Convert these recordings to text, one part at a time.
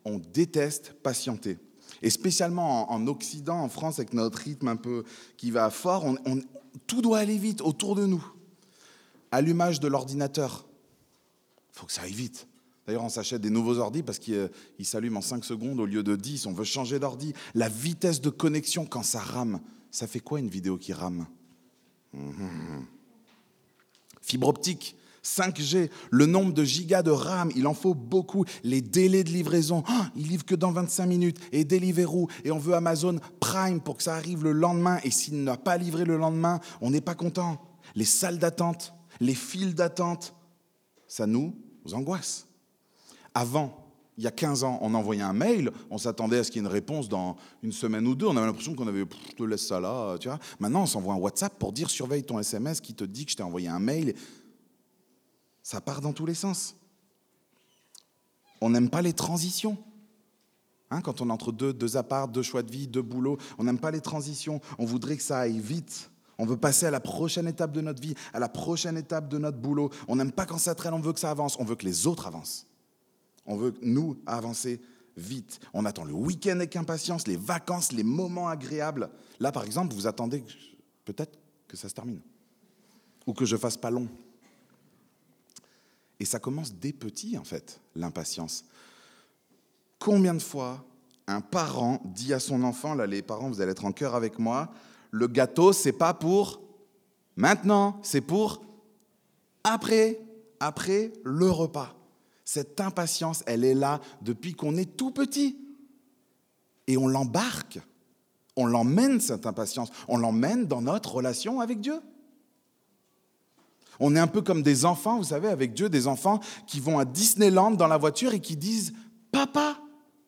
on déteste patienter. Et spécialement en Occident, en France, avec notre rythme un peu qui va fort, tout doit aller vite autour de nous. Allumage de l'ordinateur, il faut que ça aille vite. D'ailleurs, on s'achète des nouveaux ordis parce qu'ils s'allument en 5 secondes au lieu de 10. On veut changer d'ordi. La vitesse de connexion quand ça rame, ça fait quoi une vidéo qui rame ? Fibre optique, 5G, le nombre de gigas de RAM, il en faut beaucoup. Les délais de livraison, ils livrent que dans 25 minutes. Et Deliveroo, et on veut Amazon Prime pour que ça arrive le lendemain. Et s'il n'a pas livré le lendemain, on n'est pas content. Les salles d'attente, les files d'attente, ça nous angoisse. Avant, il y a 15 ans, on envoyait un mail, on s'attendait à ce qu'il y ait une réponse dans une semaine ou deux. On avait l'impression qu'on avait « je te laisse ça là ». Tu vois. Maintenant, on s'envoie un WhatsApp pour dire « surveille ton SMS qui te dit que je t'ai envoyé un mail ». Ça part dans tous les sens. On n'aime pas les transitions. Quand on est entre deux apparts, 2 choix de vie, 2 boulots, on n'aime pas les transitions. On voudrait que ça aille vite. On veut passer à la prochaine étape de notre vie, à la prochaine étape de notre boulot. On n'aime pas quand ça traîne, on veut que ça avance. On veut que les autres avancent. On veut, nous, avancer vite. On attend le week-end avec impatience, les vacances, les moments agréables. Là, par exemple, vous attendez peut-être que ça se termine. Ou que je fasse pas long. Et ça commence dès petit, en fait, l'impatience. Combien de fois un parent dit à son enfant, là, les parents, vous allez être en chœur avec moi, le gâteau, c'est pas pour maintenant, c'est pour après le repas. Cette impatience, elle est là depuis qu'on est tout petit. Et on l'embarque, on l'emmène, cette impatience, on l'emmène dans notre relation avec Dieu. On est un peu comme des enfants, vous savez, avec Dieu, des enfants qui vont à Disneyland dans la voiture et qui disent « Papa,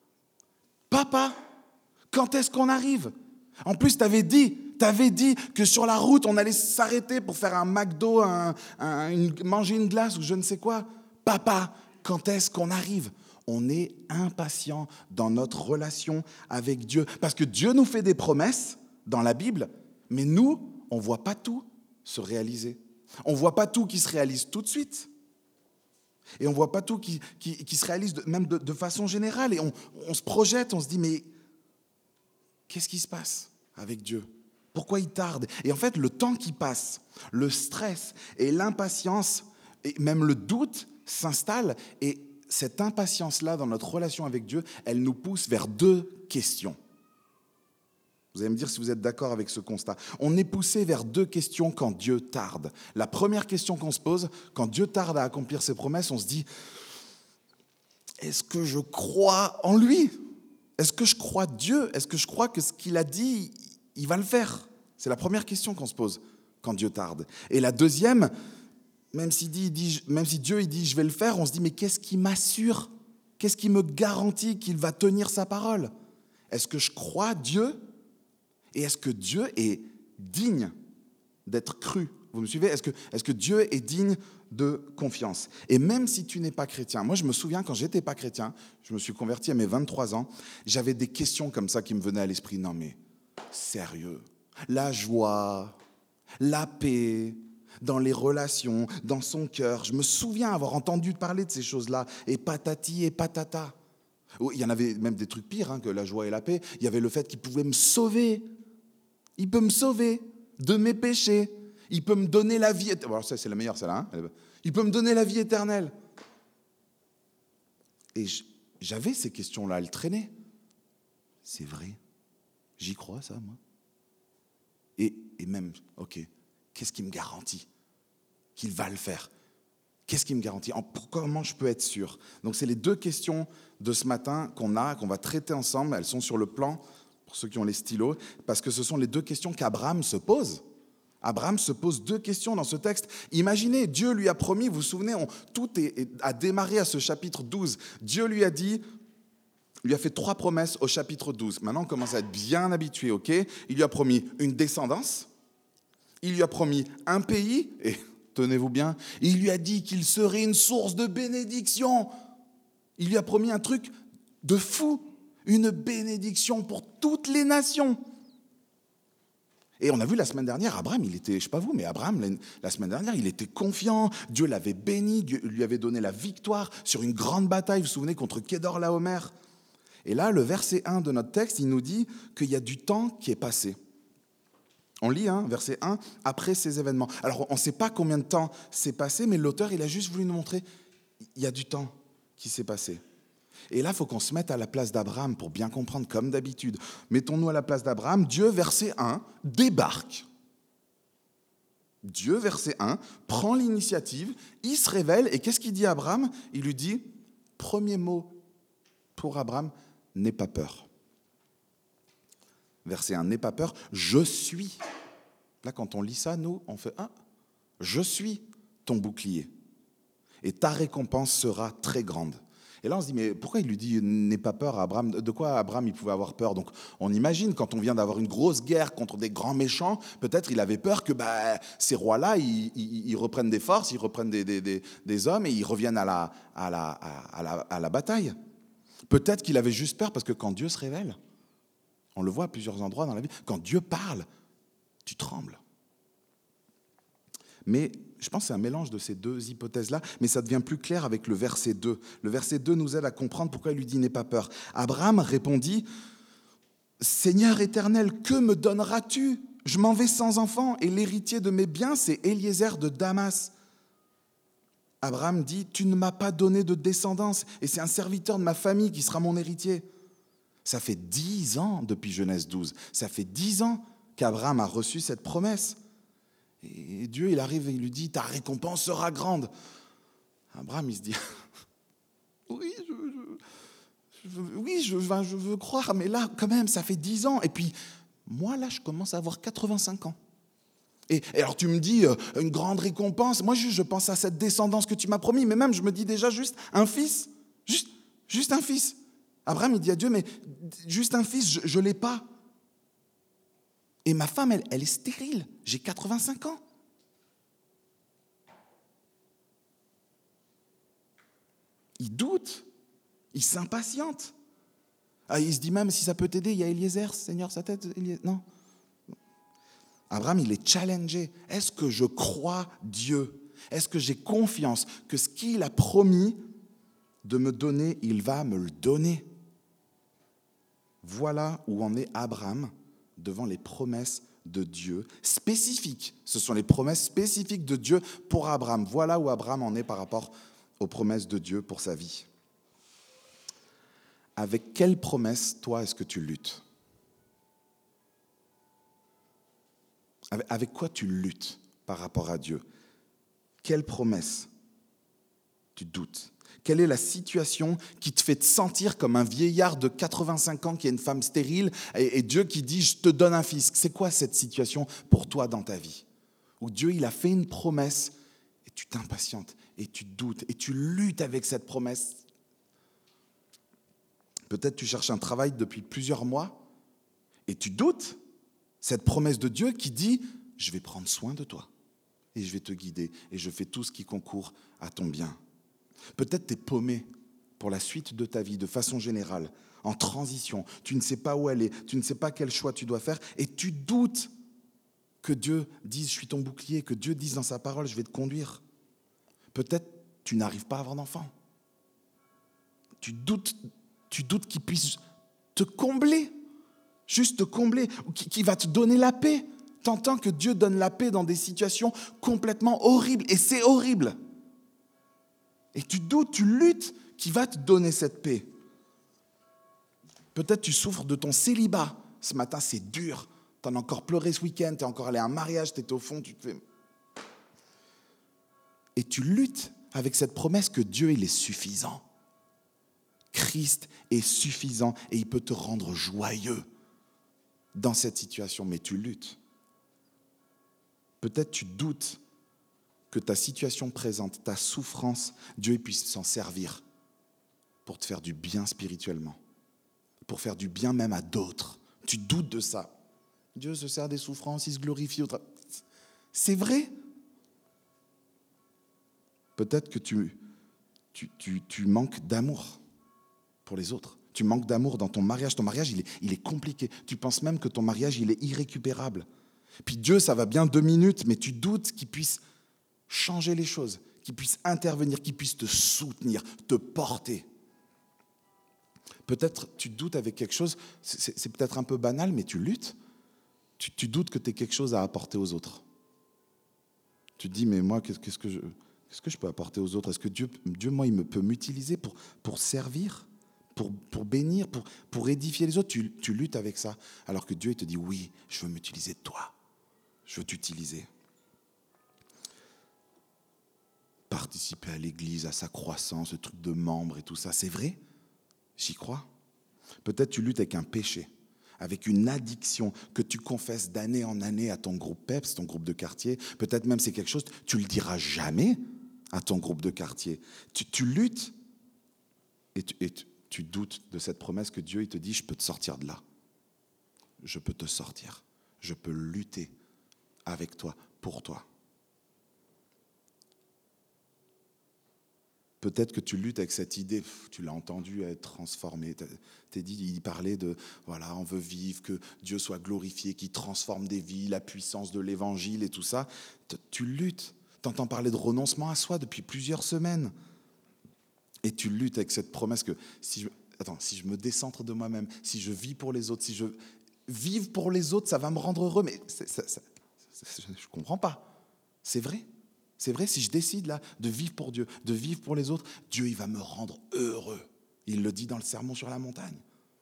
quand est-ce qu'on arrive ?» En plus, t'avais dit que sur la route, on allait s'arrêter pour faire un McDo, manger une glace ou je ne sais quoi. Papa, quand est-ce qu'on arrive ? On est impatient dans notre relation avec Dieu. Parce que Dieu nous fait des promesses dans la Bible, mais nous, on ne voit pas tout se réaliser. On ne voit pas tout qui se réalise tout de suite. Et on ne voit pas tout qui se réalise même de façon générale. Et on se projette, on se dit, mais qu'est-ce qui se passe avec Dieu ? Pourquoi il tarde ? Et en fait, le temps qui passe, le stress et l'impatience, et même le doute s'installent. Et cette impatience-là, dans notre relation avec Dieu, elle nous pousse vers 2 questions. Vous allez me dire si vous êtes d'accord avec ce constat. On est poussé vers 2 questions quand Dieu tarde. La première question qu'on se pose, quand Dieu tarde à accomplir ses promesses, on se dit, est-ce que je crois en lui ? Est-ce que je crois Dieu ? Est-ce que je crois que ce qu'il a dit, il va le faire ? C'est la première question qu'on se pose quand Dieu tarde. Et la deuxième, même si Dieu il dit je vais le faire, on se dit mais qu'est-ce qui m'assure ? Qu'est-ce qui me garantit qu'il va tenir sa parole ? Est-ce que je crois Dieu ? Et est-ce que Dieu est digne d'être cru ? Vous me suivez ? Est-ce que Dieu est digne de confiance ? Et même si tu n'es pas chrétien, moi je me souviens quand j'étais pas chrétien, je me suis converti à mes 23 ans, j'avais des questions comme ça qui me venaient à l'esprit. Non mais, sérieux, la joie, la paix, dans les relations, dans son cœur. Je me souviens avoir entendu parler de ces choses-là, et patati et patata. Il y en avait même des trucs pires que la joie et la paix. Il y avait le fait qu'il pouvait me sauver. Il peut me sauver de mes péchés. Il peut me donner la vie éternelle. Alors ça, c'est la meilleure, celle-là. Il peut me donner la vie éternelle. Et j'avais ces questions-là, elles traînaient. C'est vrai. J'y crois, ça, moi. Et même, ok, qu'est-ce qui me garantit qu'il va le faire ? Qu'est-ce qui me garantit ? Comment je peux être sûr ? Donc, c'est les 2 questions de ce matin qu'on va traiter ensemble. Elles sont sur le plan, pour ceux qui ont les stylos, parce que ce sont les 2 questions qu'Abraham se pose. Abraham se pose 2 questions dans ce texte. Imaginez, Dieu lui a promis, vous vous souvenez, tout a démarré à ce chapitre 12. Dieu lui a fait 3 promesses au chapitre 12. Maintenant, on commence à être bien habitué, ok ? Il lui a promis une descendance, il lui a promis un pays, et tenez-vous bien, il lui a dit qu'il serait une source de bénédiction. Il lui a promis un truc de fou, une bénédiction pour toutes les nations. Et on a vu la semaine dernière, Abraham, il était, je ne sais pas vous, mais Abraham, la semaine dernière, il était confiant, Dieu l'avait béni, Dieu lui avait donné la victoire sur une grande bataille, vous vous souvenez, contre Kédor Laomer. Et là, le verset 1 de notre texte, il nous dit qu'il y a du temps qui est passé. On lit, verset 1, après ces événements. Alors, on ne sait pas combien de temps s'est passé, mais l'auteur, il a juste voulu nous montrer, il y a du temps qui s'est passé. Et là, il faut qu'on se mette à la place d'Abraham pour bien comprendre, comme d'habitude. Mettons-nous à la place d'Abraham. Dieu, verset 1, débarque. Dieu, verset 1, prend l'initiative, il se révèle, et qu'est-ce qu'il dit à Abraham ? Il lui dit, premier mot pour Abraham, n'aie pas peur. Verset 1, n'aie pas peur, je suis. Là, quand on lit ça, nous, on fait, je suis ton bouclier, et ta récompense sera très grande. Et là, on se dit, mais pourquoi il lui dit « n'aie pas peur » à Abraham ? De quoi Abraham il pouvait avoir peur ? Donc, on imagine, quand on vient d'avoir une grosse guerre contre des grands méchants, peut-être il avait peur que ces rois-là, ils reprennent des forces, ils reprennent des hommes et ils reviennent à la bataille. Peut-être qu'il avait juste peur parce que quand Dieu se révèle, on le voit à plusieurs endroits dans la Bible, quand Dieu parle, tu trembles. Mais je pense que c'est un mélange de ces deux hypothèses-là, mais ça devient plus clair avec le verset 2. Le verset 2 nous aide à comprendre pourquoi il lui dit « n'aie pas peur ». Abraham répondit « Seigneur éternel, que me donneras-tu ? Je m'en vais sans enfant, et l'héritier de mes biens, c'est Éliézer de Damas. » Abraham dit « Tu ne m'as pas donné de descendance, et c'est un serviteur de ma famille qui sera mon héritier. » Ça fait 10 ans depuis Genèse 12, ça fait 10 ans qu'Abraham a reçu cette promesse. Et Dieu, il arrive et il lui dit, ta récompense sera grande. Abraham, il se dit, oui, je veux croire, mais là, quand même, ça fait 10 ans. Et puis, moi, là, je commence à avoir 85 ans. Et alors, tu me dis, une grande récompense. Moi, je pense à cette descendance que tu m'as promis, mais même, je me dis déjà, juste un fils. Juste un fils. Abraham, il dit à Dieu, mais juste un fils, je ne l'ai pas. Et ma femme, elle est stérile. J'ai 85 ans. Il doute. Il s'impatiente. Il se dit même, si ça peut t'aider, il y a Éliézer, Seigneur, sa tête. Non. Abraham, il est challengé. Est-ce que je crois Dieu ? Est-ce que j'ai confiance que ce qu'il a promis de me donner, il va me le donner ? Voilà où en est Abraham devant les promesses de Dieu spécifiques. Ce sont les promesses spécifiques de Dieu pour Abraham. Voilà où Abraham en est par rapport aux promesses de Dieu pour sa vie. Avec quelle promesse, toi, est-ce que tu luttes ? Avec quoi tu luttes par rapport à Dieu ? Quelle promesse tu doutes ? Quelle est la situation qui te fait te sentir comme un vieillard de 85 ans qui a une femme stérile et Dieu qui dit « je te donne un fils ». C'est quoi cette situation pour toi dans ta vie ? Où Dieu il a fait une promesse et tu t'impatientes et tu doutes et tu luttes avec cette promesse. Peut-être tu cherches un travail depuis plusieurs mois et tu doutes. Cette promesse de Dieu qui dit « je vais prendre soin de toi et je vais te guider et je fais tout ce qui concourt à ton bien ». Peut-être tu es paumé pour la suite de ta vie, de façon générale, en transition. Tu ne sais pas où aller, tu ne sais pas quel choix tu dois faire et tu doutes que Dieu dise « je suis ton bouclier », que Dieu dise dans sa parole « je vais te conduire ». Peut-être tu n'arrives pas à avoir d'enfant. Tu doutes qu'il puisse te combler, juste te combler, ou qu'il va te donner la paix. T'entends que Dieu donne la paix dans des situations complètement horribles, et c'est horrible. Et tu doutes, tu luttes qu'il va te donner cette paix. Peut-être tu souffres de ton célibat. Ce matin, c'est dur. Tu en as encore pleuré ce week-end, tu es encore allé à un mariage, tu étais au fond, tu te fais... Et tu luttes avec cette promesse que Dieu, il est suffisant. Christ est suffisant et il peut te rendre joyeux dans cette situation, mais tu luttes. Peut-être tu doutes que ta situation présente, ta souffrance, Dieu puisse s'en servir pour te faire du bien spirituellement, pour faire du bien même à d'autres. Tu doutes de ça. Dieu se sert des souffrances, il se glorifie. C'est vrai. Peut-être que tu manques d'amour pour les autres. Tu manques d'amour dans ton mariage. Ton mariage, il est compliqué. Tu penses même que ton mariage, il est irrécupérable. Puis Dieu, ça va bien 2 minutes, mais tu doutes qu'il puisse changer les choses, qu'il puisse intervenir, qu'il puisse te soutenir, te porter. Peut-être tu doutes avec quelque chose, c'est peut-être un peu banal, mais tu luttes. Tu doutes que tu aies quelque chose à apporter aux autres. Tu te dis, mais moi, qu'est-ce que je peux apporter aux autres? Est-ce que Dieu moi, il peut m'utiliser pour servir, pour bénir, pour édifier les autres? Tu luttes avec ça, alors que Dieu il te dit, oui, je veux m'utiliser de toi. Je veux t'utiliser. Participer à l'Église, à sa croissance, le truc de membres et tout ça, c'est vrai? J'y crois. Peut-être tu luttes avec un péché, avec une addiction que tu confesses d'année en année à ton groupe PEPS, ton groupe de quartier. Peut-être même c'est quelque chose, tu ne le diras jamais à ton groupe de quartier. Tu luttes et tu doutes de cette promesse que Dieu il te dit, je peux te sortir de là. Je peux te sortir. Je peux lutter avec toi, pour toi. Peut-être que tu luttes avec cette idée, tu l'as entendu être transformé. T'es dit, il parlait de, voilà, on veut vivre, que Dieu soit glorifié, qu'il transforme des vies, la puissance de l'évangile et tout ça. Tu luttes. T'entends parler de renoncement à soi depuis plusieurs semaines. Et tu luttes avec cette promesse que si je me décentre de moi-même, si je vis pour les autres, si je vive pour les autres, ça va me rendre heureux. Mais je ne comprends pas. C'est vrai. C'est vrai, si je décide là de vivre pour Dieu, de vivre pour les autres, Dieu il va me rendre heureux. Il le dit dans le sermon sur la montagne.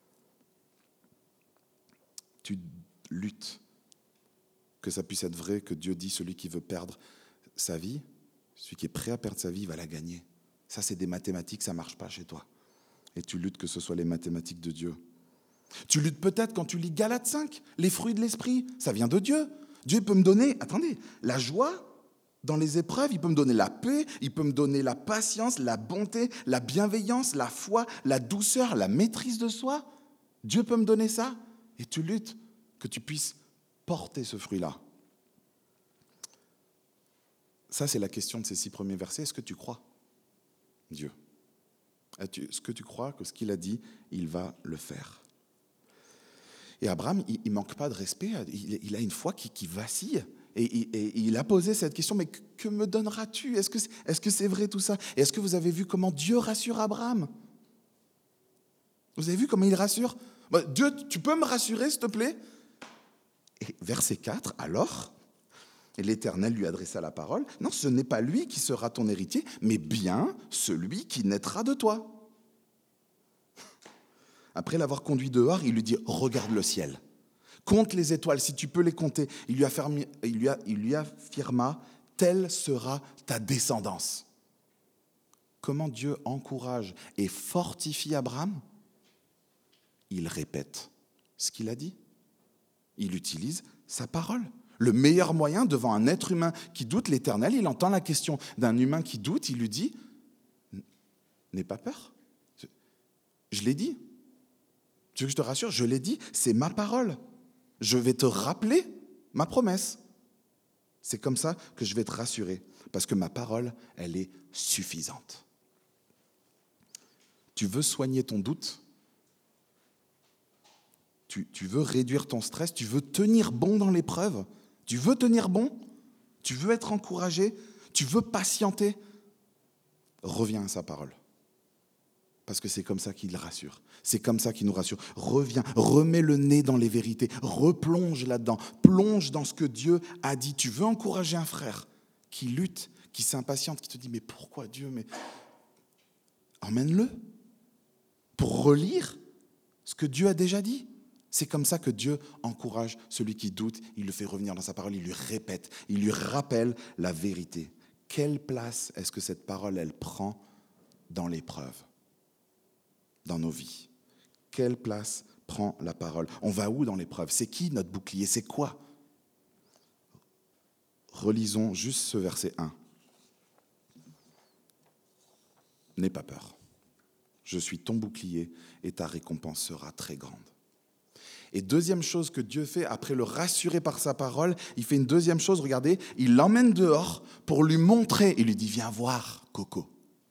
Tu luttes que ça puisse être vrai, que Dieu dit celui qui veut perdre sa vie, celui qui est prêt à perdre sa vie, il va la gagner. Ça, c'est des mathématiques, ça ne marche pas chez toi. Et tu luttes que ce soit les mathématiques de Dieu. Tu luttes peut-être quand tu lis Galates 5, les fruits de l'esprit, ça vient de Dieu. Dieu peut me donner, la joie. Dans les épreuves, il peut me donner la paix, il peut me donner la patience, la bonté, la bienveillance, la foi, la douceur, la maîtrise de soi. Dieu peut me donner ça. Et tu luttes que tu puisses porter ce fruit-là. Ça, c'est la question de ces 6 premiers versets. Est-ce que tu crois Dieu? Est-ce que tu crois que ce qu'il a dit, il va le faire? Et Abraham, il ne manque pas de respect. Il a une foi qui vacille. Et il a posé cette question, mais que me donneras-tu? Est-ce que c'est vrai tout ça? Et est-ce que vous avez vu comment Dieu rassure Abraham? Vous avez vu comment il rassure? Dieu, tu peux me rassurer, s'il te plaît? Et verset 4, alors, et l'Éternel lui adressa la parole, non, ce n'est pas lui qui sera ton héritier, mais bien celui qui naîtra de toi. Après l'avoir conduit dehors, il lui dit, regarde le ciel. Compte les étoiles, si tu peux les compter. Il lui affirma, telle sera ta descendance. Comment Dieu encourage et fortifie Abraham? Il répète ce qu'il a dit. Il utilise sa parole. Le meilleur moyen devant un être humain qui doute, l'Éternel, il entend la question d'un humain qui doute, il lui dit, n'aie pas peur. Je l'ai dit. Tu veux que je te rassure? Je l'ai dit, c'est ma parole. Je vais te rappeler ma promesse. C'est comme ça que je vais te rassurer, parce que ma parole, elle est suffisante. Tu veux soigner ton doute? Tu veux réduire ton stress? Tu veux tenir bon dans l'épreuve? Tu veux tenir bon? Tu veux être encouragé? Tu veux patienter? Reviens à sa parole. Parce que c'est comme ça qu'il rassure. C'est comme ça qu'il nous rassure. Reviens, remets le nez dans les vérités, replonge là-dedans, plonge dans ce que Dieu a dit. Tu veux encourager un frère qui lutte, qui s'impatiente, qui te dit « Mais pourquoi Dieu ?» Mais emmène-le pour relire ce que Dieu a déjà dit. C'est comme ça que Dieu encourage celui qui doute. Il le fait revenir dans sa parole, il lui répète, il lui rappelle la vérité. Quelle place est-ce que cette parole, elle prend dans l'épreuve, dans nos vies? Quelle place prend la parole? On va où dans l'épreuve? C'est qui notre bouclier? C'est quoi? Relisons juste ce verset 1. N'aie pas peur. Je suis ton bouclier et ta récompense sera très grande. Et deuxième chose que Dieu fait, après le rassurer par sa parole, il fait une deuxième chose, regardez, il l'emmène dehors pour lui montrer. Il lui dit, viens voir, Coco.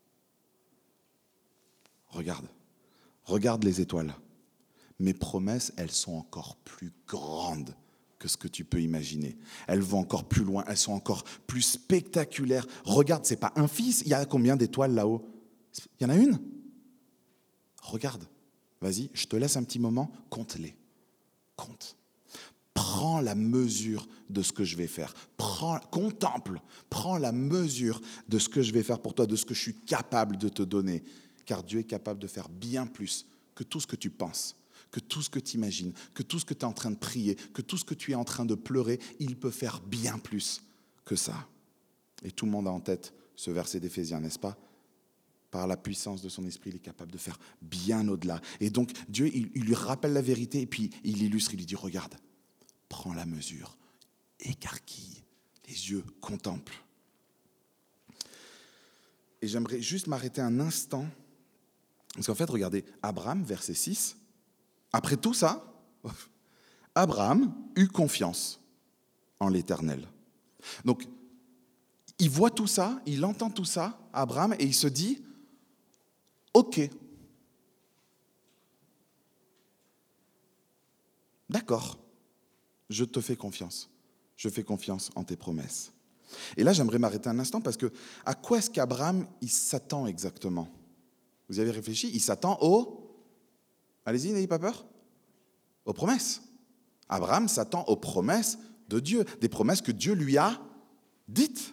Regarde les étoiles. Mes promesses, elles sont encore plus grandes que ce que tu peux imaginer. Elles vont encore plus loin, elles sont encore plus spectaculaires. Regarde, c'est pas un fils, il y a combien d'étoiles là-haut? Il y en a une? Regarde. Vas-y, je te laisse un petit moment, compte-les. Compte. Prends la mesure de ce que je vais faire. Contemple. Prends la mesure de ce que je vais faire pour toi, de ce que je suis capable de te donner. Car Dieu est capable de faire bien plus que tout ce que tu penses, que tout ce que tu imagines, que tout ce que tu es en train de prier, que tout ce que tu es en train de pleurer. Il peut faire bien plus que ça. Et tout le monde a en tête ce verset d'Éphésiens, n'est-ce pas? Par la puissance de son esprit, il est capable de faire bien au-delà. Et donc, Dieu, il lui rappelle la vérité et puis il illustre, il lui dit, regarde, prends la mesure, écarquille, les yeux, contemple. Et j'aimerais juste m'arrêter un instant, parce qu'en fait, regardez, Abraham, verset 6, après tout ça, Abraham eut confiance en l'Éternel. Donc, il voit tout ça, il entend tout ça, Abraham, et il se dit, ok, d'accord, je te fais confiance. Je fais confiance en tes promesses. Et là, j'aimerais m'arrêter un instant parce que à quoi est-ce qu'Abraham il s'attend exactement? Vous y avez réfléchi? Il s'attend allez-y, n'ayez pas peur, aux promesses. Abraham s'attend aux promesses de Dieu, des promesses que Dieu lui a dites.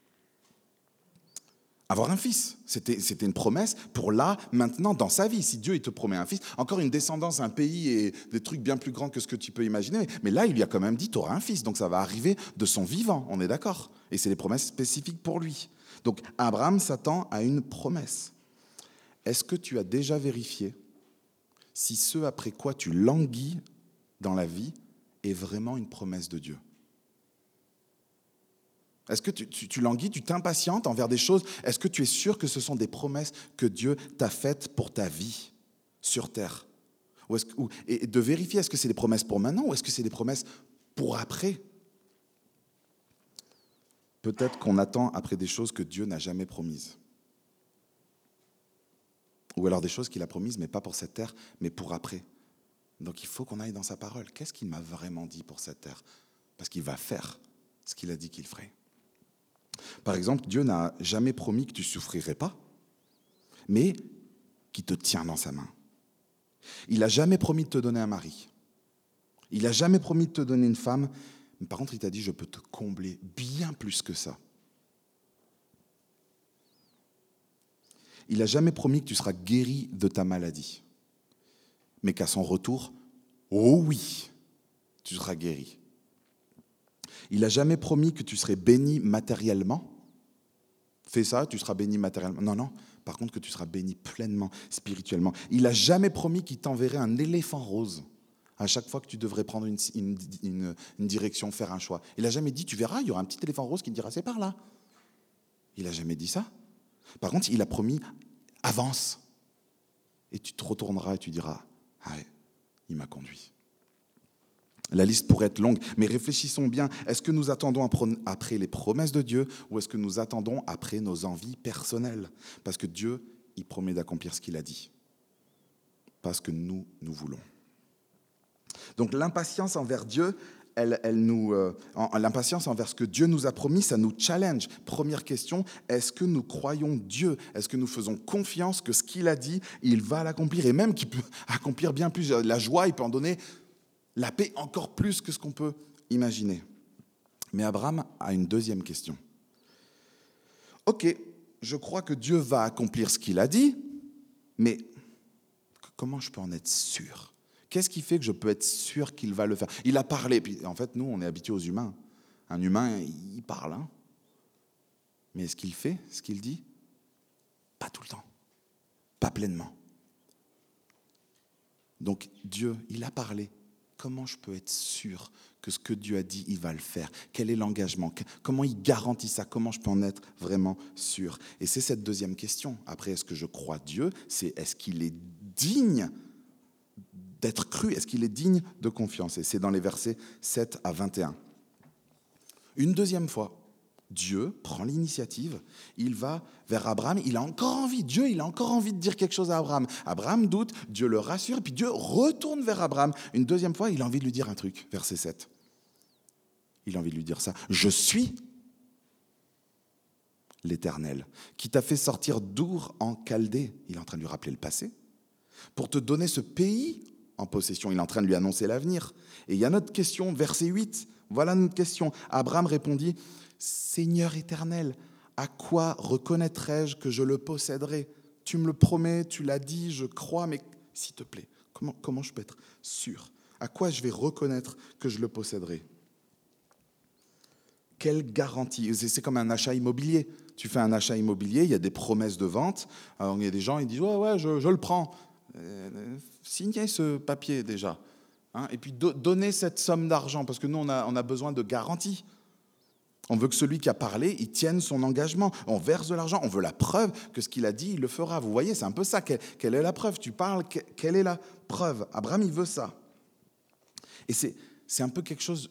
Avoir un fils, c'était une promesse pour là, maintenant, dans sa vie. Si Dieu il te promet un fils, encore une descendance, un pays et des trucs bien plus grands que ce que tu peux imaginer. Mais là, il lui a quand même dit, tu auras un fils. Donc ça va arriver de son vivant, on est d'accord. Et c'est des promesses spécifiques pour lui. Donc Abraham s'attend à une promesse. Est-ce que tu as déjà vérifié si ce après quoi tu languis dans la vie est vraiment une promesse de Dieu? Est-ce que tu languis, tu t'impatientes envers des choses? Est-ce que tu es sûr que ce sont des promesses que Dieu t'a faites pour ta vie sur terre? Et de vérifier, est-ce que c'est des promesses pour maintenant ou est-ce que c'est des promesses pour après? Peut-être qu'on attend après des choses que Dieu n'a jamais promises. Ou alors des choses qu'il a promises, mais pas pour cette terre, mais pour après. Donc il faut qu'on aille dans sa parole. Qu'est-ce qu'il m'a vraiment dit pour cette terre? Parce qu'il va faire ce qu'il a dit qu'il ferait. Par exemple, Dieu n'a jamais promis que tu ne souffrirais pas, mais qu'il te tient dans sa main. Il n'a jamais promis de te donner un mari. Il n'a jamais promis de te donner une femme. Mais par contre, il t'a dit, je peux te combler bien plus que ça. Il n'a jamais promis que tu seras guéri de ta maladie, mais qu'à son retour, oh oui, tu seras guéri. Il n'a jamais promis que tu serais béni matériellement. Fais ça, tu seras béni matériellement. Non, non. Par contre, que tu seras béni pleinement, spirituellement. Il n'a jamais promis qu'il t'enverrait un éléphant rose à chaque fois que tu devrais prendre une direction, faire un choix. Il n'a jamais dit, tu verras, il y aura un petit éléphant rose qui te dira, c'est par là. Il n'a jamais dit ça. Par contre, il a promis, avance. Et tu te retourneras et tu diras, ah ouais, il m'a conduit. La liste pourrait être longue, mais réfléchissons bien. Est-ce que nous attendons après les promesses de Dieu ou est-ce que nous attendons après nos envies personnelles? Parce que Dieu, il promet d'accomplir ce qu'il a dit. Pas ce que nous voulons. Donc l'impatience envers Dieu, l'impatience envers ce que Dieu nous a promis, ça nous challenge. Première question, est-ce que nous croyons Dieu? Est-ce que nous faisons confiance que ce qu'il a dit, il va l'accomplir? Et même qu'il peut accomplir bien plus. La joie, il peut en donner... La paix encore plus que ce qu'on peut imaginer. Mais Abraham a une deuxième question. Ok, je crois que Dieu va accomplir ce qu'il a dit, mais comment je peux en être sûr? Qu'est-ce qui fait que je peux être sûr qu'il va le faire? Il a parlé, puis en fait, nous, on est habitués aux humains. Un humain, il parle. Hein. Mais est-ce qu'il fait ce qu'il dit? Pas tout le temps. Pas pleinement. Donc Dieu, il a parlé. Comment je peux être sûr que ce que Dieu a dit, il va le faire? Quel est l'engagement? Comment il garantit ça? Comment je peux en être vraiment sûr? Et c'est cette deuxième question. Après, est-ce que je crois Dieu? C'est est-ce qu'il est digne d'être cru? Est-ce qu'il est digne de confiance? Et c'est dans les versets 7 à 21. Une deuxième fois, Dieu prend l'initiative, il va vers Abraham, il a encore envie de dire quelque chose à Abraham. Abraham doute, Dieu le rassure, puis Dieu retourne vers Abraham. Une deuxième fois, il a envie de lui dire un truc, verset 7. Il a envie de lui dire ça. Je suis l'Éternel, qui t'a fait sortir d'Our en Chaldée. Il est en train de lui rappeler le passé. pour te donner ce pays en possession. Il est en train de lui annoncer l'avenir. Et il y a notre question, verset 8. Voilà notre question. Abraham répondit, « Seigneur éternel, à quoi reconnaîtrai-je que je le posséderai ? Tu me le promets, tu l'as dit, je crois, mais s'il te plaît, comment je peux être sûr ? À quoi je vais reconnaître que je le posséderai ? Quelle garantie ? C'est comme un achat immobilier. Tu fais un achat immobilier, il y a des promesses de vente. Alors, il y a des gens, ils disent « Ouais, je le prends. » Signez ce papier déjà. Hein, et puis donnez cette somme d'argent, parce que nous, on a besoin de garantie. On veut que celui qui a parlé, il tienne son engagement. On verse de l'argent, on veut la preuve que ce qu'il a dit, il le fera. Vous voyez, c'est un peu ça. Quelle est la preuve ? Tu parles, quelle est la preuve ? Abraham, il veut ça. Et c'est un peu quelque chose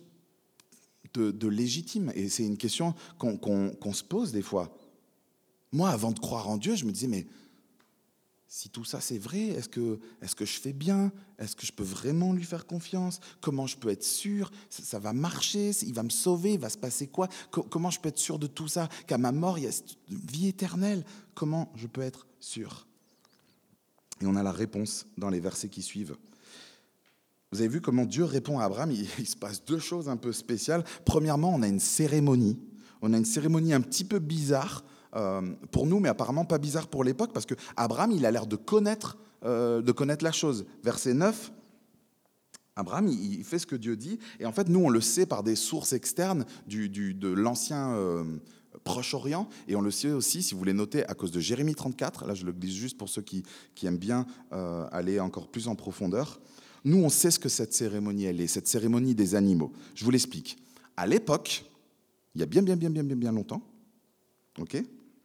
de légitime. Et c'est une question qu'on se pose des fois. Moi, avant de croire en Dieu, je me disais, mais si tout ça c'est vrai, est-ce que je fais bien ? Est-ce que je peux vraiment lui faire confiance ? Comment je peux être sûr ? Ça va marcher ? Il va me sauver ? Il va se passer quoi ? Comment je peux être sûr de tout ça ? Qu'à ma mort, il y a cette vie éternelle. Comment je peux être sûr ? Et on a la réponse dans les versets qui suivent. Vous avez vu comment Dieu répond à Abraham ? Il se passe deux choses un peu spéciales. Premièrement, on a une cérémonie. On a une cérémonie un petit peu bizarre pour nous, mais apparemment pas bizarre pour l'époque, parce qu'Abraham, il a l'air de connaître la chose. Verset 9, Abraham, il fait ce que Dieu dit, et en fait, nous, on le sait par des sources externes de l'ancien Proche-Orient, et on le sait aussi, si vous voulez noter, à cause de Jérémie 34, là je le glisse juste pour ceux qui aiment bien aller encore plus en profondeur. Nous, on sait ce que cette cérémonie, elle est, cette cérémonie des animaux. Je vous l'explique. À l'époque, il y a bien longtemps, ok,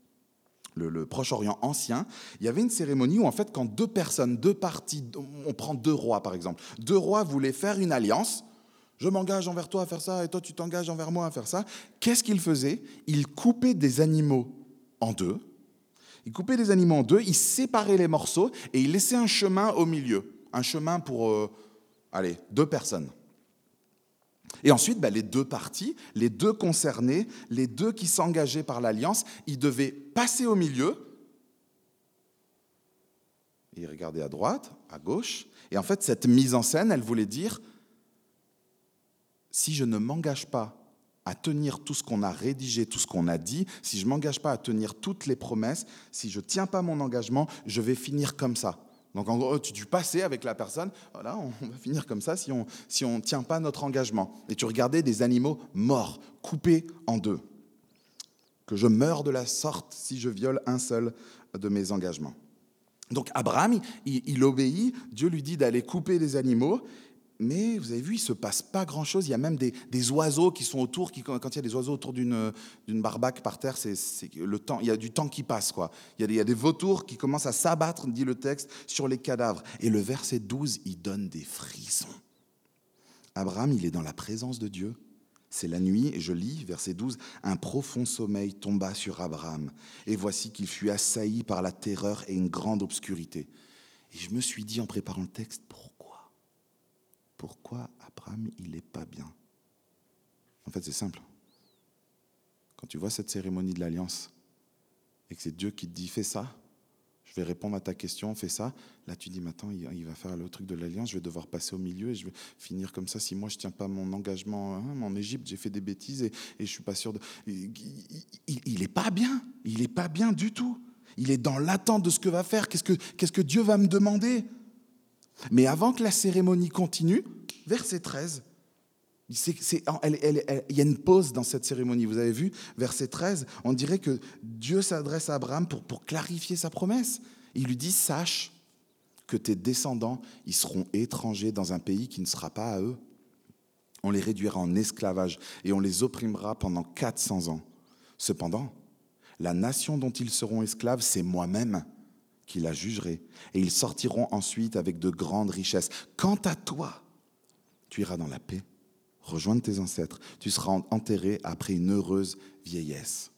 le Proche-Orient ancien, il y avait une cérémonie où, en fait, quand deux parties, on prend deux rois, par exemple, deux rois voulaient faire une alliance, je m'engage envers toi à faire ça, et toi, tu t'engages envers moi à faire ça. Qu'est-ce qu'ils faisaient ? Ils coupaient des animaux en deux, ils séparaient les morceaux, et ils laissaient un chemin au milieu, un chemin pour, deux personnes. Et ensuite, les deux parties, les deux concernés, les deux qui s'engageaient par l'alliance, ils devaient passer au milieu. Ils regardaient à droite, à gauche. Et en fait, cette mise en scène, elle voulait dire, si je ne m'engage pas à tenir tout ce qu'on a rédigé, tout ce qu'on a dit, si je ne m'engage pas à tenir toutes les promesses, si je ne tiens pas mon engagement, je vais finir comme ça. Donc en gros, tu passais avec la personne, voilà, on va finir comme ça si on ne tient pas notre engagement. Et tu regardais des animaux morts, coupés en deux. Que je meure de la sorte si je viole un seul de mes engagements. Donc Abraham, il obéit, Dieu lui dit d'aller couper les animaux, mais vous avez vu, il ne se passe pas grand-chose. Il y a même des oiseaux qui sont autour. Quand il y a des oiseaux autour d'une barbaque par terre, c'est le temps. Il y a du temps qui passe, quoi. Il y a des vautours qui commencent à s'abattre, dit le texte, sur les cadavres. Et le verset 12, il donne des frissons. Abraham, il est dans la présence de Dieu. C'est la nuit, et je lis, verset 12, « Un profond sommeil tomba sur Abraham, et voici qu'il fut assailli par la terreur et une grande obscurité. » Et je me suis dit, en préparant le texte, pourquoi Abraham, il n'est pas bien ? En fait, c'est simple. Quand tu vois cette cérémonie de l'alliance et que c'est Dieu qui te dit « fais ça », je vais répondre à ta question, fais ça. Là, tu dis « mais attends, il va faire le truc de l'alliance, je vais devoir passer au milieu et je vais finir comme ça. Si moi, je ne tiens pas mon engagement en Égypte, j'ai fait des bêtises et je ne suis pas sûr de... » Il n'est pas bien. Il n'est pas bien du tout. Il est dans l'attente de ce que va faire. Qu'est-ce que Dieu va me demander ? Mais avant que la cérémonie continue, verset 13, il y a une pause dans cette cérémonie. Vous avez vu, verset 13, on dirait que Dieu s'adresse à Abraham pour clarifier sa promesse. Il lui dit, sache que tes descendants, ils seront étrangers dans un pays qui ne sera pas à eux. On les réduira en esclavage et on les opprimera pendant 400 ans. Cependant, la nation dont ils seront esclaves, c'est moi-même qui la jugerai, et ils sortiront ensuite avec de grandes richesses. Quant à toi, tu iras dans la paix, rejoindre tes ancêtres, tu seras enterré après une heureuse vieillesse.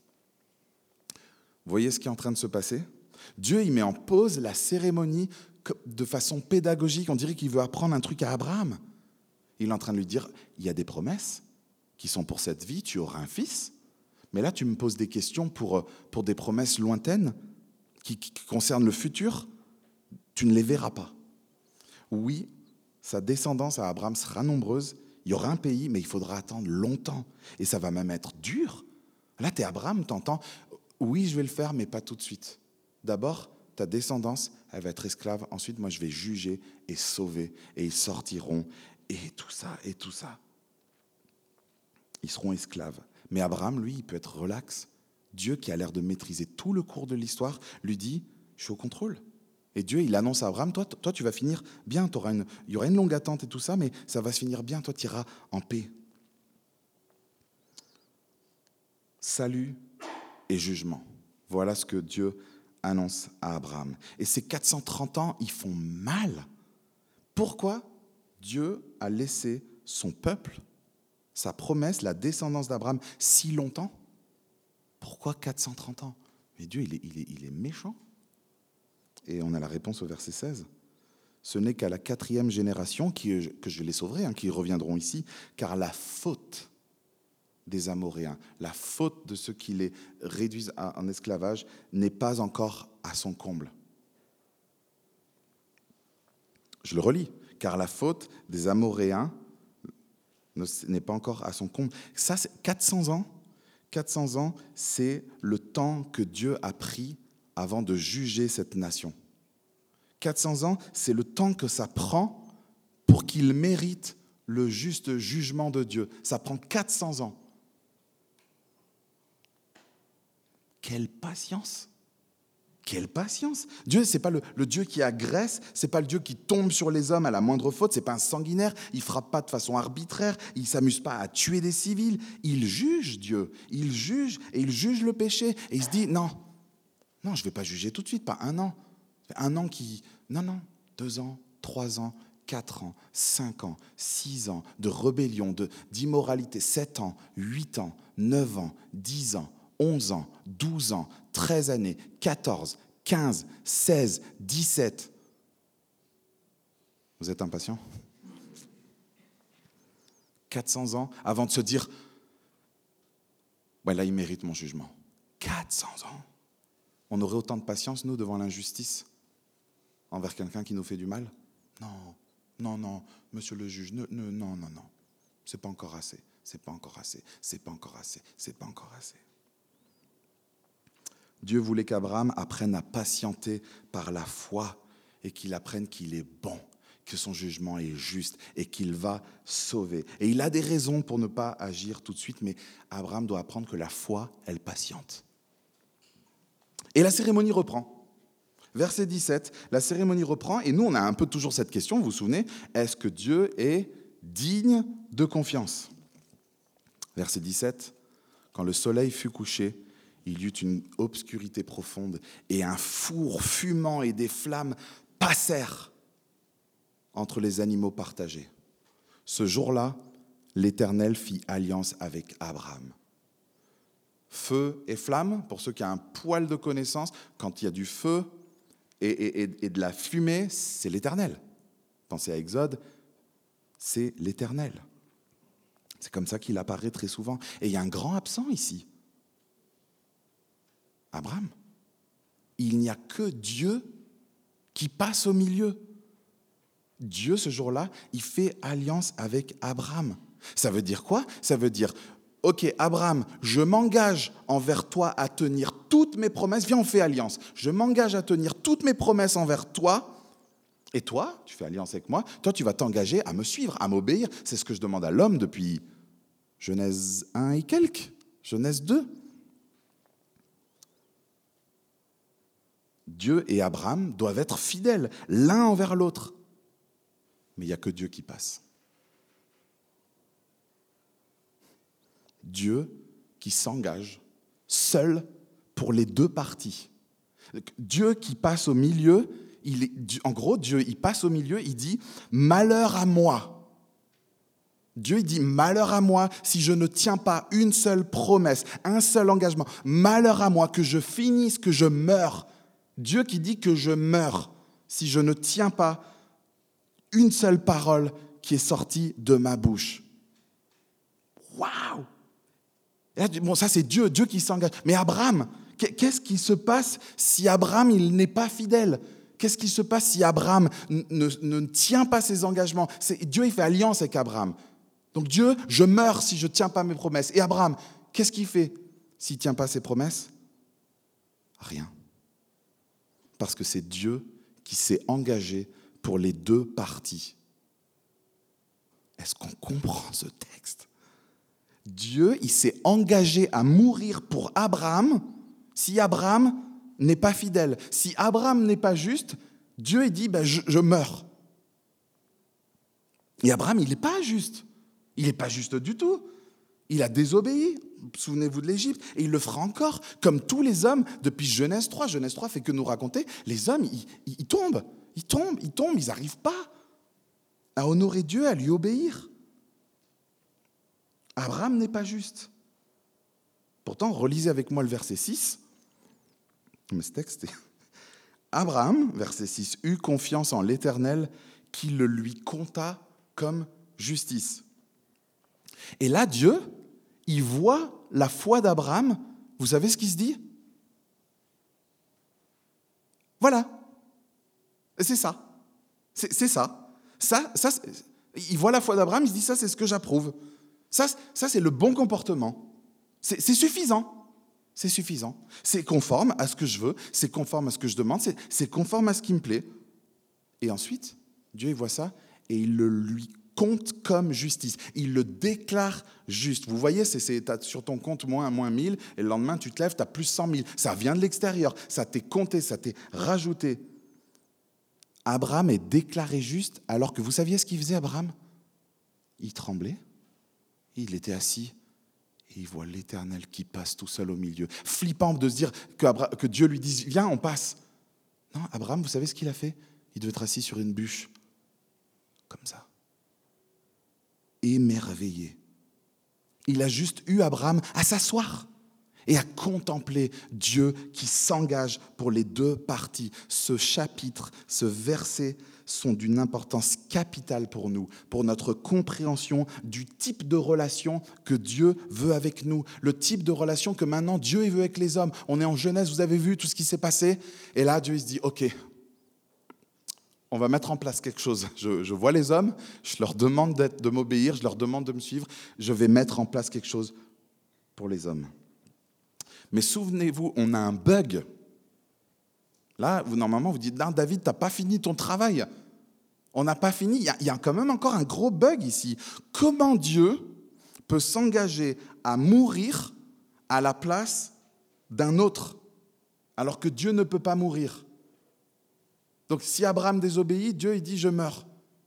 Vous voyez ce qui est en train de se passer ? Dieu, il met en pause la cérémonie de façon pédagogique. On dirait qu'il veut apprendre un truc à Abraham. Il est en train de lui dire, il y a des promesses qui sont pour cette vie, tu auras un fils, mais là tu me poses des questions pour des promesses lointaines, qui concerne le futur. Tu ne les verras pas. Oui, sa descendance à Abraham sera nombreuse, il y aura un pays, mais il faudra attendre longtemps. Et ça va même être dur. Là, tu es Abraham, t'entends, oui, je vais le faire, mais pas tout de suite. D'abord, ta descendance, elle va être esclave. Ensuite, moi, je vais juger et sauver. Et ils sortiront. Et tout ça, et tout ça. Ils seront esclaves. Mais Abraham, lui, il peut être relax. Dieu, qui a l'air de maîtriser tout le cours de l'histoire, lui dit, je suis au contrôle. Et Dieu, il annonce à Abraham, toi tu vas finir bien. Il y aura une longue attente et tout ça, mais ça va se finir bien. Toi, tu iras en paix. Salut et jugement. Voilà ce que Dieu annonce à Abraham. Et ces 430 ans, ils font mal. Pourquoi Dieu a laissé son peuple, sa promesse, la descendance d'Abraham, si longtemps? Pourquoi 430 ans? Mais Dieu, il est méchant. Et on a la réponse au verset 16. Ce n'est qu'à la 4e génération que je les sauverai, qui reviendront ici, car la faute des Amoréens, la faute de ceux qui les réduisent en esclavage n'est pas encore à son comble. Je le relis, car la faute des Amoréens n'est pas encore à son comble. Ça, c'est 400 ans. 400 ans, c'est le temps que Dieu a pris avant de juger cette nation. 400 ans, c'est le temps que ça prend pour qu'il mérite le juste jugement de Dieu. Ça prend 400 ans. Quelle patience! Quelle patience! Dieu, ce n'est pas le Dieu qui agresse, ce n'est pas le Dieu qui tombe sur les hommes à la moindre faute, ce n'est pas un sanguinaire, il ne frappe pas de façon arbitraire, il ne s'amuse pas à tuer des civils. Il juge, Dieu. Il juge, et il juge le péché. Et il se dit, non, je ne vais pas juger tout de suite, pas un an. Un an qui... Non, 2 ans, 3 ans, 4 ans, 5 ans, 6 ans de rébellion, d'immoralité, 7 ans, 8 ans, 9 ans, 10 ans, 11 ans, 12 ans, 13 années, 14, 15, 16, 17. Vous êtes impatients? 400 ans avant de se dire, ouais, là, il mérite mon jugement. 400 ans. On aurait autant de patience, nous, devant l'injustice envers quelqu'un qui nous fait du mal? Non, monsieur le juge, non. C'est pas encore assez. Dieu voulait qu'Abraham apprenne à patienter par la foi et qu'il apprenne qu'il est bon, que son jugement est juste et qu'il va sauver. Et il a des raisons pour ne pas agir tout de suite, mais Abraham doit apprendre que la foi, elle patiente. Et la cérémonie reprend. Verset 17, la cérémonie reprend, et nous, on a un peu toujours cette question, vous vous souvenez, est-ce que Dieu est digne de confiance? Verset 17, quand le soleil fut couché, il y eut une obscurité profonde, et un four fumant et des flammes passèrent entre les animaux partagés. Ce jour-là, l'Éternel fit alliance avec Abraham. Feu et flamme, pour ceux qui ont un poil de connaissance, quand il y a du feu et de la fumée, c'est l'Éternel. Pensez à Exode, c'est l'Éternel. C'est comme ça qu'il apparaît très souvent. Et il y a un grand absent ici. Abraham. Il n'y a que Dieu qui passe au milieu. Dieu, ce jour-là, il fait alliance avec Abraham. Ça veut dire quoi? Ça veut dire, ok, Abraham, je m'engage envers toi à tenir toutes mes promesses. Viens, on fait alliance. Je m'engage à tenir toutes mes promesses envers toi. Et toi, tu fais alliance avec moi. Toi, tu vas t'engager à me suivre, à m'obéir. C'est ce que je demande à l'homme depuis Genèse 1 et quelques, Genèse 2. Dieu et Abraham doivent être fidèles l'un envers l'autre. Mais il n'y a que Dieu qui passe. Dieu qui s'engage seul pour les deux parties. Dieu qui passe au milieu, en gros, Dieu, il passe au milieu, il dit « Malheur à moi ». Dieu, il dit « Malheur à moi si je ne tiens pas une seule promesse, un seul engagement. Malheur à moi que je finisse, que je meure. » Dieu qui dit que je meurs si je ne tiens pas une seule parole qui est sortie de ma bouche. Waouh! Bon, ça c'est Dieu qui s'engage. Mais Abraham, qu'est-ce qui se passe si Abraham il n'est pas fidèle? qu'est-ce qui se passe si Abraham ne tient pas ses engagements? Dieu, il fait alliance avec Abraham. Donc Dieu, je meurs si je ne tiens pas mes promesses. Et Abraham, qu'est-ce qu'il fait s'il ne tient pas ses promesses? Rien. Parce que c'est Dieu qui s'est engagé pour les deux parties. Est-ce qu'on comprend ce texte? Dieu, il s'est engagé à mourir pour Abraham si Abraham n'est pas fidèle. Si Abraham n'est pas juste, Dieu, il dit, je meurs. Et Abraham, il n'est pas juste. Il n'est pas juste du tout. Il a désobéi. Souvenez-vous de l'Égypte. Et il le fera encore, comme tous les hommes, depuis Genèse 3. Genèse 3 fait que nous raconter. Les hommes, ils tombent. Ils n'arrivent pas à honorer Dieu, à lui obéir. Abraham n'est pas juste. Pourtant, relisez avec moi le verset 6. Mais ce texte est... Abraham, verset 6, eut confiance en l'Éternel qui le lui compta comme justice. Et là, Dieu, il voit la foi d'Abraham. Vous savez ce qu'il se dit? Voilà. C'est ça. C'est ça. Il voit la foi d'Abraham, il se dit, ça, c'est ce que j'approuve. Ça, c'est le bon comportement. C'est suffisant. C'est suffisant. C'est conforme à ce que je veux, c'est conforme à ce que je demande, c'est conforme à ce qui me plaît. Et ensuite, Dieu, il voit ça et il le lui compte comme justice. Il le déclare juste. Vous voyez, t'as sur ton compte moins 1000 et le lendemain, tu te lèves, tu as plus 100 000. Ça vient de l'extérieur, ça t'est compté, ça t'est rajouté. Abraham est déclaré juste alors que vous saviez ce qu'il faisait, Abraham? Il tremblait, il était assis. Et il voit l'Éternel qui passe tout seul au milieu. Flippant de se dire que Dieu lui dise « Viens, on passe ». Non, Abraham, vous savez ce qu'il a fait? Il devait être assis sur une bûche, comme ça. Émerveillé. Il a juste eu Abraham à s'asseoir et à contempler Dieu qui s'engage pour les deux parties. Ce chapitre, ce verset sont d'une importance capitale pour nous, pour notre compréhension du type de relation que Dieu veut avec nous, le type de relation que maintenant Dieu veut avec les hommes. On est en Genèse, vous avez vu tout ce qui s'est passé, et là Dieu il se dit, ok, on va mettre en place quelque chose. Je vois les hommes, je leur demande de m'obéir, je leur demande de me suivre, je vais mettre en place quelque chose pour les hommes. Mais souvenez-vous, on a un bug. Là, normalement, vous dites, non, David, tu n'as pas fini ton travail. On n'a pas fini. Il y a quand même encore un gros bug ici. Comment Dieu peut s'engager à mourir à la place d'un autre, alors que Dieu ne peut pas mourir? Donc, si Abraham désobéit, Dieu, il dit, je meurs.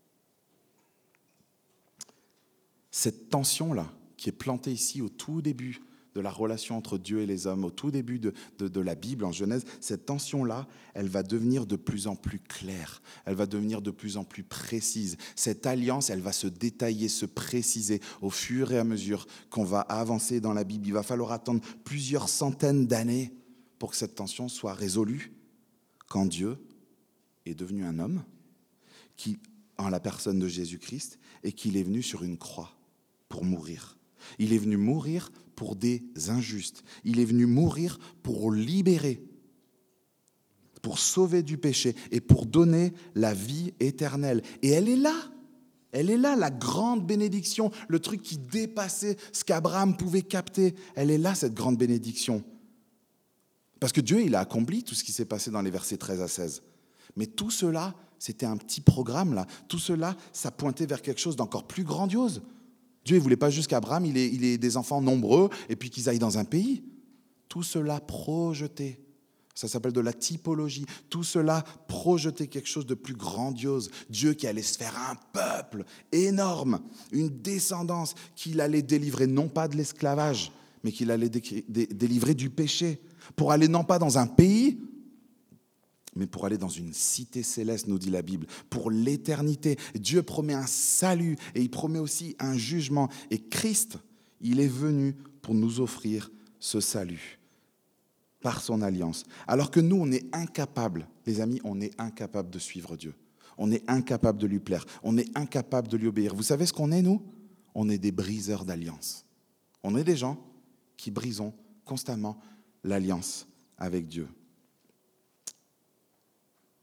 Cette tension-là, qui est plantée ici au tout début de la relation entre Dieu et les hommes, au tout début de la Bible, en Genèse, cette tension-là, elle va devenir de plus en plus claire, elle va devenir de plus en plus précise. Cette alliance, elle va se détailler, se préciser au fur et à mesure qu'on va avancer dans la Bible. Il va falloir attendre plusieurs centaines d'années pour que cette tension soit résolue, quand Dieu est devenu un homme, qui, en la personne de Jésus-Christ, et qu'il est venu sur une croix pour mourir. Il est venu mourir pour des injustes. Il est venu mourir pour libérer, pour sauver du péché et pour donner la vie éternelle. Et elle est là, la grande bénédiction, le truc qui dépassait ce qu'Abraham pouvait capter. Elle est là, cette grande bénédiction. Parce que Dieu, il a accompli tout ce qui s'est passé dans les versets 13 à 16. Mais tout cela, c'était un petit programme, là. Tout cela, ça pointait vers quelque chose d'encore plus grandiose. Dieu ne voulait pas juste qu'Abraham il ait des enfants nombreux et puis qu'ils aillent dans un pays. Tout cela projetait, ça s'appelle de la typologie, tout cela projetait quelque chose de plus grandiose. Dieu qui allait se faire un peuple énorme, une descendance qu'il allait délivrer non pas de l'esclavage, mais qu'il allait délivrer du péché, pour aller non pas dans un pays, mais pour aller dans une cité céleste, nous dit la Bible, pour l'éternité. Dieu promet un salut et il promet aussi un jugement. Et Christ, il est venu pour nous offrir ce salut par son alliance. Alors que nous, on est incapables, les amis, on est incapables de suivre Dieu. On est incapables de lui plaire. On est incapables de lui obéir. Vous savez ce qu'on est, nous? On est des briseurs d'alliance. On est des gens qui brisons constamment l'alliance avec Dieu.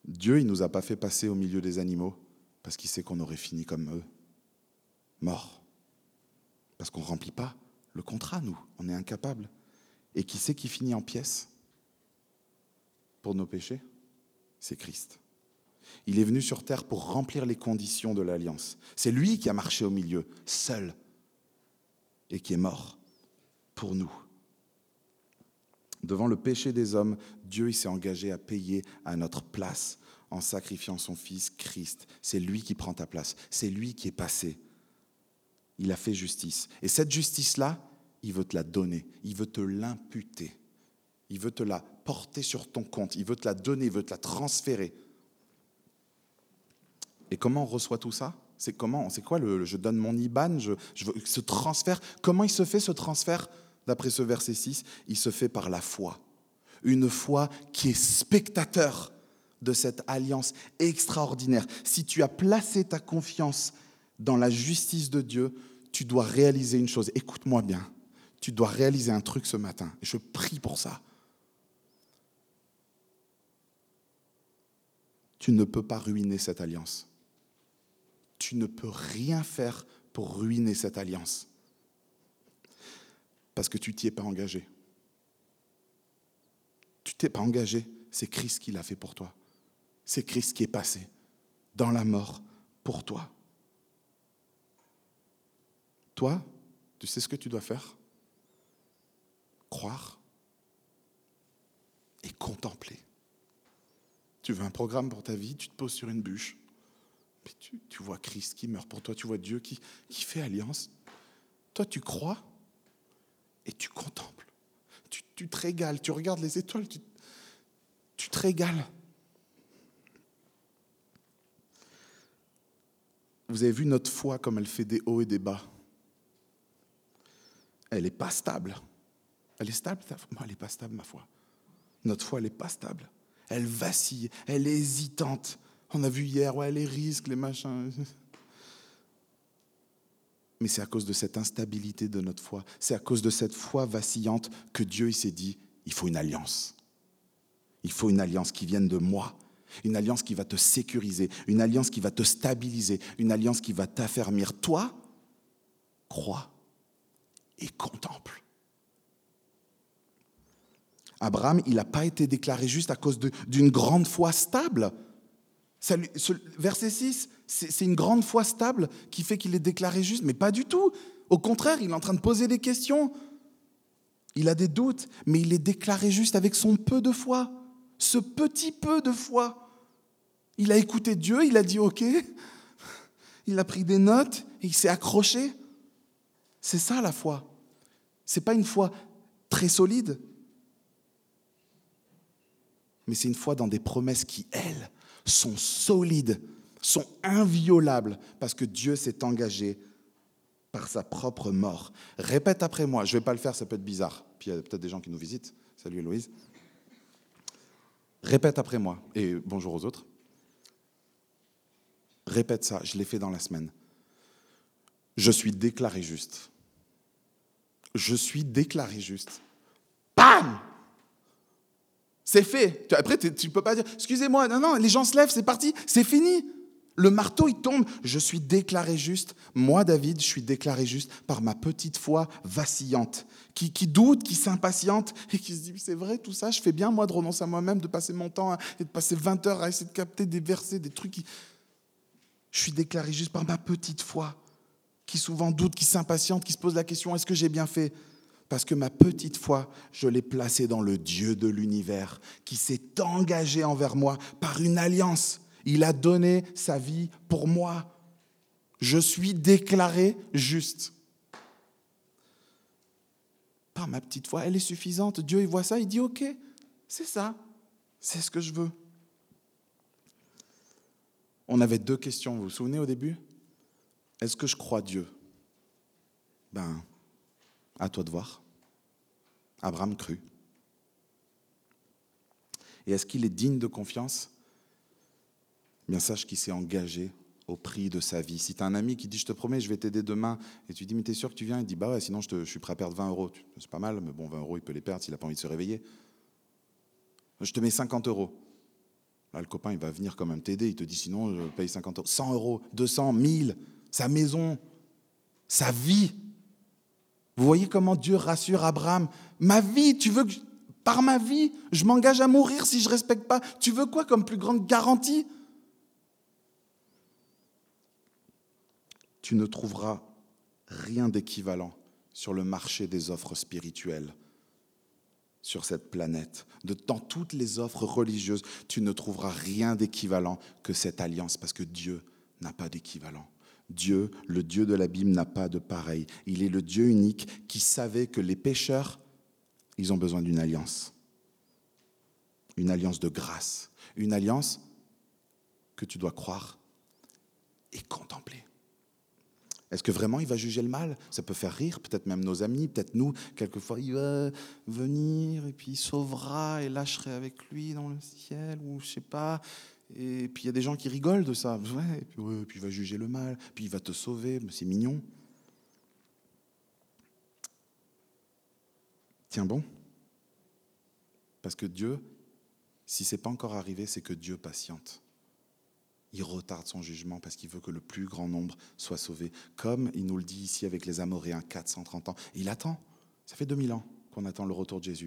Dieu, il ne nous a pas fait passer au milieu des animaux parce qu'il sait qu'on aurait fini comme eux, morts. Parce qu'on ne remplit pas le contrat, nous. On est incapables. Et qui c'est qui finit en pièces pour nos péchés? C'est Christ. Il est venu sur terre pour remplir les conditions de l'alliance. C'est lui qui a marché au milieu, seul, et qui est mort pour nous. Devant le péché des hommes, Dieu il s'est engagé à payer à notre place en sacrifiant son Fils Christ. C'est lui qui prend ta place. C'est lui qui est passé. Il a fait justice. Et cette justice-là, il veut te la donner. Il veut te l'imputer. Il veut te la porter sur ton compte. Il veut te la donner. Il veut te la transférer. Et comment on reçoit tout ça? C'est quoi je donne mon IBAN, ce transfert. Comment il se fait ce transfert? D'après ce verset 6, il se fait par la foi. Une foi qui est spectateur de cette alliance extraordinaire. Si tu as placé ta confiance dans la justice de Dieu, tu dois réaliser une chose. Écoute-moi bien. Tu dois réaliser un truc ce matin. Et je prie pour ça. Tu ne peux pas ruiner cette alliance. Tu ne peux rien faire pour ruiner cette alliance. Parce que tu t'y es pas engagé. Tu t'es pas engagé, c'est Christ qui l'a fait pour toi. C'est Christ qui est passé dans la mort pour toi. Toi, tu sais ce que tu dois faire? Croire et contempler. Tu veux un programme pour ta vie, tu te poses sur une bûche. Puis tu vois Christ qui meurt pour toi, tu vois Dieu qui fait alliance. Toi, tu crois et tu contemples. Tu te régales, tu regardes les étoiles, tu te régales. Vous avez vu notre foi comme elle fait des hauts et des bas. Elle n'est pas stable. Elle est stable? Moi, elle n'est pas stable, ma foi. Notre foi, elle n'est pas stable. Elle vacille, elle est hésitante. On a vu hier, les risques, les machins. Mais c'est à cause de cette instabilité de notre foi, c'est à cause de cette foi vacillante que Dieu il s'est dit, il faut une alliance. Il faut une alliance qui vienne de moi, une alliance qui va te sécuriser, une alliance qui va te stabiliser, une alliance qui va t'affermir. Toi, crois et contemple. Abraham, il n'a pas été déclaré juste à cause d'une grande foi stable. Verset 6, c'est une grande foi stable qui fait qu'il est déclaré juste, mais pas du tout. Au contraire, il est en train de poser des questions. Il a des doutes, mais il est déclaré juste avec son peu de foi. Ce petit peu de foi. Il a écouté Dieu, il a dit OK. Il a pris des notes et il s'est accroché. C'est ça la foi. Ce n'est pas une foi très solide, mais c'est une foi dans des promesses qui, elles, sont solides, sont inviolables, parce que Dieu s'est engagé par sa propre mort. Répète après moi, je ne vais pas le faire, ça peut être bizarre. Puis il y a peut-être des gens qui nous visitent. Salut Héloïse. Répète après moi, et bonjour aux autres. Répète ça, je l'ai fait dans la semaine. Je suis déclaré juste. Je suis déclaré juste. Bam! C'est fait. Après, tu ne peux pas dire, excusez-moi, non, les gens se lèvent, c'est parti, c'est fini. Le marteau, il tombe. Je suis déclaré juste. Moi, David, je suis déclaré juste par ma petite foi vacillante, qui doute, qui s'impatiente et qui se dit, c'est vrai tout ça, je fais bien, moi, de renoncer à moi-même, de passer mon temps et de passer 20 heures à essayer de capter des versets, des trucs. Je suis déclaré juste par ma petite foi, qui souvent doute, qui s'impatiente, qui se pose la question, est-ce que j'ai bien fait ? Parce que ma petite foi, je l'ai placée dans le Dieu de l'univers, qui s'est engagé envers moi par une alliance. Il a donné sa vie pour moi. Je suis déclaré juste. Par ma petite foi, elle est suffisante. Dieu, il voit ça, il dit, OK, c'est ça, c'est ce que je veux. On avait 2 questions, vous vous souvenez au début ? Est-ce que je crois Dieu ? À toi de voir. Abraham crut. Et est-ce qu'il est digne de confiance ? Bien, sache qu'il s'est engagé au prix de sa vie. Si tu as un ami qui dit « je te promets, je vais t'aider demain », et tu dis « mais t'es sûr que tu viens ?» Il dit « bah ouais, sinon je suis prêt à perdre 20 €. » C'est pas mal, mais bon, 20 € il peut les perdre s'il n'a pas envie de se réveiller. « Je te mets 50 €. » Là, le copain, il va venir quand même t'aider. Il te dit, sinon, je paye 50 euros, 100 euros, 200, 1000, sa maison, sa vie. Vous voyez comment Dieu rassure Abraham? Ma vie, tu veux que, par ma vie, je m'engage à mourir si je ne respecte pas. Tu veux quoi comme plus grande garantie? Tu ne trouveras rien d'équivalent sur le marché des offres spirituelles sur cette planète. Dans toutes les offres religieuses, tu ne trouveras rien d'équivalent que cette alliance, parce que Dieu n'a pas d'équivalent. Dieu, le Dieu de la Bible, n'a pas de pareil. Il est le Dieu unique qui savait que les pécheurs, ils ont besoin d'une alliance. Une alliance de grâce. Une alliance que tu dois croire et contempler. Est-ce que vraiment il va juger le mal? Ça peut faire rire, peut-être même nos amis, peut-être nous. Quelquefois, il va venir et puis il sauvera et là je serai avec lui dans le ciel ou je sais pas. Et puis il y a des gens qui rigolent de ça. Ouais, et puis il va juger le mal, puis il va te sauver, mais c'est mignon. Tiens bon. Parce que Dieu, si ce n'est pas encore arrivé, c'est que Dieu patiente. Il retarde son jugement parce qu'il veut que le plus grand nombre soit sauvé. Comme il nous le dit ici avec les Amoréens, 430 ans. Il attend. Ça fait 2000 ans qu'on attend le retour de Jésus.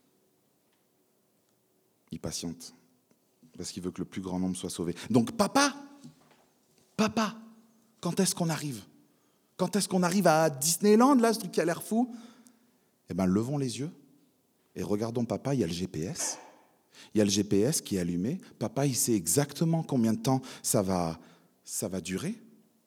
Il patiente parce qu'il veut que le plus grand nombre soit sauvé. Donc papa, quand est-ce qu'on arrive? Quand est-ce qu'on arrive à Disneyland, là, ce truc qui a l'air fou? Eh bien, levons les yeux et regardons papa, il y a le GPS. Il y a le GPS qui est allumé. Papa, il sait exactement combien de temps ça va durer.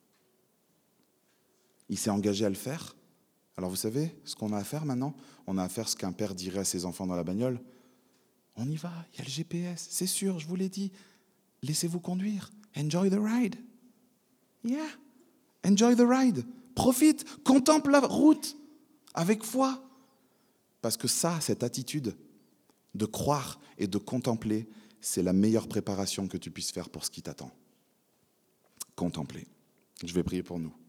Il s'est engagé à le faire. Alors vous savez ce qu'on a à faire maintenant? On a à faire ce qu'un père dirait à ses enfants dans la bagnole. On y va, il y a le GPS, c'est sûr, je vous l'ai dit. Laissez-vous conduire. Enjoy the ride. Yeah, enjoy the ride. Profite, contemple la route avec foi. Parce que ça, cette attitude de croire et de contempler, c'est la meilleure préparation que tu puisses faire pour ce qui t'attend. Contempler. Je vais prier pour nous.